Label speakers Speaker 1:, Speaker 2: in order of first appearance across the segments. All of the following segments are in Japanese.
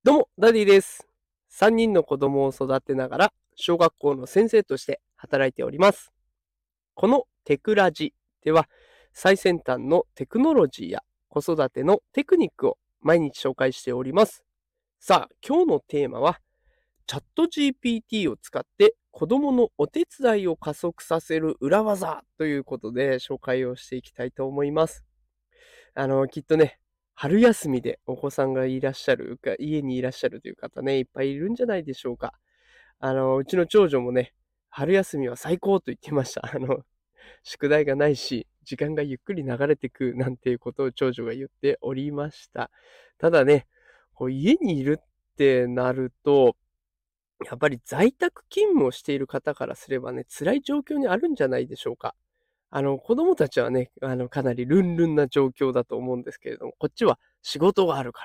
Speaker 1: どうも、ダディです。3人の子供を育てながら、小学校の先生として働いております。このテクラジでは、最先端のテクノロジーや子育てのテクニックを毎日紹介しております。さあ、今日のテーマは、チャット GPT を使って子供のお手伝いを加速させる裏技ということで紹介をしていきたいと思います。きっとね、春休みでお子さんがいらっしゃるか、家にいらっしゃるという方ね、いっぱいいるんじゃないでしょうか。うちの長女もね、春休みは最高と言ってました。宿題がないし、時間がゆっくり流れてくなんていうことを長女が言っておりました。ただね、こう家にいるってなると、やっぱり在宅勤務をしている方からすればね、辛い状況にあるんじゃないでしょうか。子供たちはね、かなりルンルンな状況だと思うんですけれども、こっちは仕事があるから。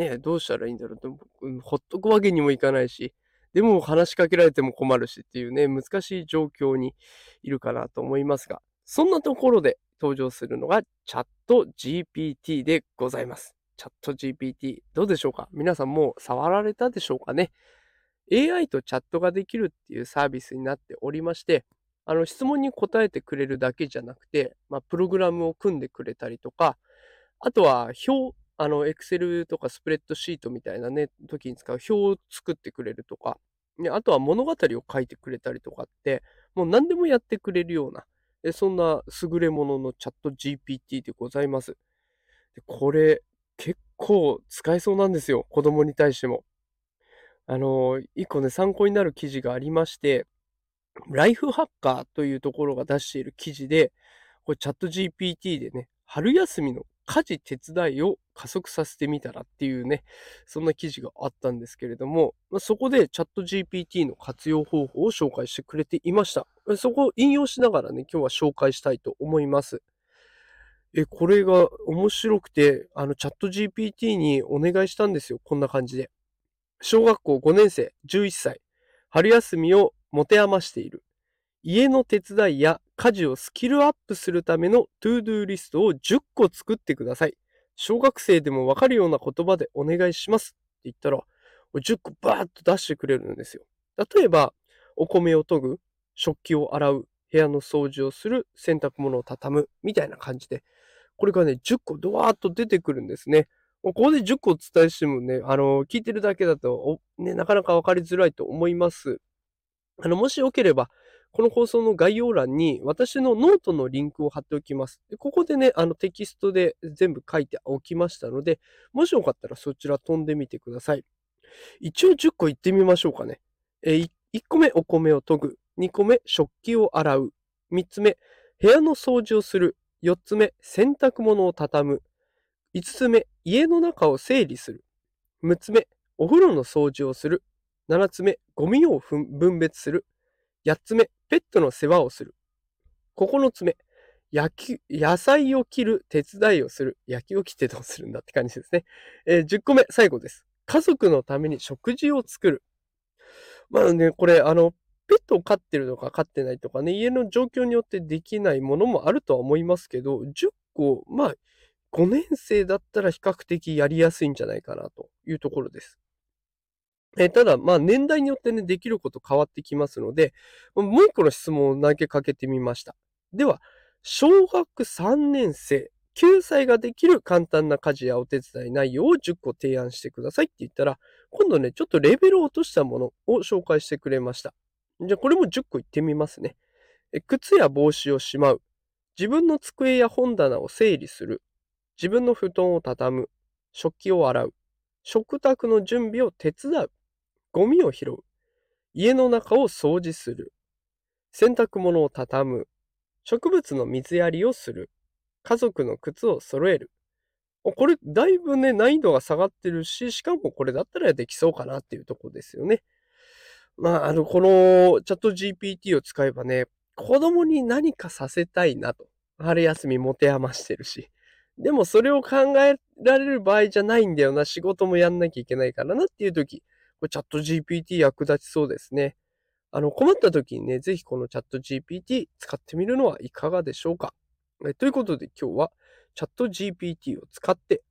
Speaker 1: ね、どうしたらいいんだろうと、ほっとくわけにもいかないし、でも話しかけられても困るしっていうね、難しい状況にいるかなと思いますが、そんなところで登場するのがチャット GPT でございます。チャット GPT、どうでしょうか？皆さんもう触られたでしょうかね？AI とチャットができるっていうサービスになっておりまして、質問に答えてくれるだけじゃなくて、プログラムを組んでくれたりとか、あとは表、Excel とかスプレッドシートみたいなね、時に使う表を作ってくれるとか、ね、あとは物語を書いてくれたりとかって、もう何でもやってくれるような、そんな優れもののチャット GPT でございます。で、これ、結構使えそうなんですよ。子供に対しても。一個ね、参考になる記事がありまして、ライフハッカーというところが出している記事で、これチャット GPT でね、春休みの家事手伝いを加速させてみたらっていうね、そんな記事があったんですけれども、そこでチャット GPT の活用方法を紹介してくれていました。そこを引用しながらね、今日は紹介したいと思います。これが面白くて、チャット GPT にお願いしたんですよ。こんな感じで。小学校5年生、11歳。春休みを持て余している。家の手伝いや家事をスキルアップするためのトゥードゥーリストを10個作ってください。小学生でもわかるような言葉でお願いします。って言ったら、10個バーッと出してくれるんですよ。例えば、お米を研ぐ、食器を洗う、部屋の掃除をする、洗濯物を畳む、みたいな感じで、これがね、10個ドワーッと出てくるんですね。ここで10個お伝えしてもね、聞いてるだけだと、ね、なかなかわかりづらいと思います。もしよければ、この放送の概要欄に私のノートのリンクを貼っておきます。でここでね、テキストで全部書いておきましたので、もしよかったらそちら飛んでみてください。一応10個言ってみましょうかね。1個目、お米を研ぐ。2個目、食器を洗う。3つ目、部屋の掃除をする。4つ目、洗濯物を畳む。5つ目、家の中を整理する。6つ目、お風呂の掃除をする。7つ目、ゴミを分別する。8つ目、ペットの世話をする。9つ目、野菜を切る手伝いをする。焼きを切ってどうするんだって感じですね。10個目、最後です。家族のために食事を作る。まあね、これ、ペットを飼ってるとか飼ってないとかね、家の状況によってできないものもあるとは思いますけど、10個、5年生だったら比較的やりやすいんじゃないかなというところです。ただ、年代によってね、できること変わってきますので、もう一個の質問を投げかけてみました。では、小学3年生、9歳ができる簡単な家事やお手伝い内容を10個提案してくださいって言ったら、今度ね、ちょっとレベルを落としたものを紹介してくれました。じゃあ、これも10個言ってみますね。靴や帽子をしまう。自分の机や本棚を整理する。自分の布団を畳む。食器を洗う。食卓の準備を手伝う。ゴミを拾う。家の中を掃除する。洗濯物を畳む。植物の水やりをする。家族の靴を揃える。これ、だいぶね、難易度が下がってるし、しかもこれだったらできそうかなっていうところですよね。このチャット GPT を使えばね、子供に何かさせたいなと。春休み持て余してるし。でもそれを考えられる場合じゃないんだよな。仕事もやんなきゃいけないからなっていう時、これチャット GPT 役立ちそうですね。困った時にね、ぜひこのチャット GPT 使ってみるのはいかがでしょうか。ということで今日はチャット GPT を使って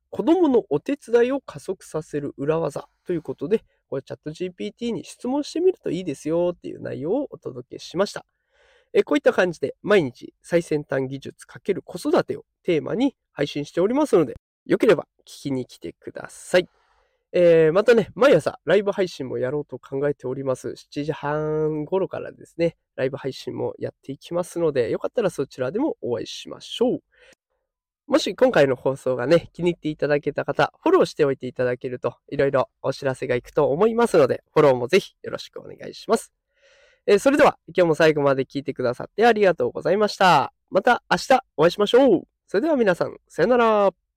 Speaker 1: 子供のお手伝いを加速させる裏技ということで、これチャット GPT に質問してみるといいですよっていう内容をお届けしました。こういった感じで毎日最先端技術×子育てをテーマに配信しておりますので、よければ聞きに来てください。またね、毎朝ライブ配信もやろうと考えております。7時半頃からですね、ライブ配信もやっていきますので、よかったらそちらでもお会いしましょう。もし今回の放送がね、気に入っていただけた方、フォローしておいていただけると、いろいろお知らせがいくと思いますので、フォローもぜひよろしくお願いします。それでは、今日も最後まで聞いてくださってありがとうございました。また明日お会いしましょう。それでは皆さん、さよなら。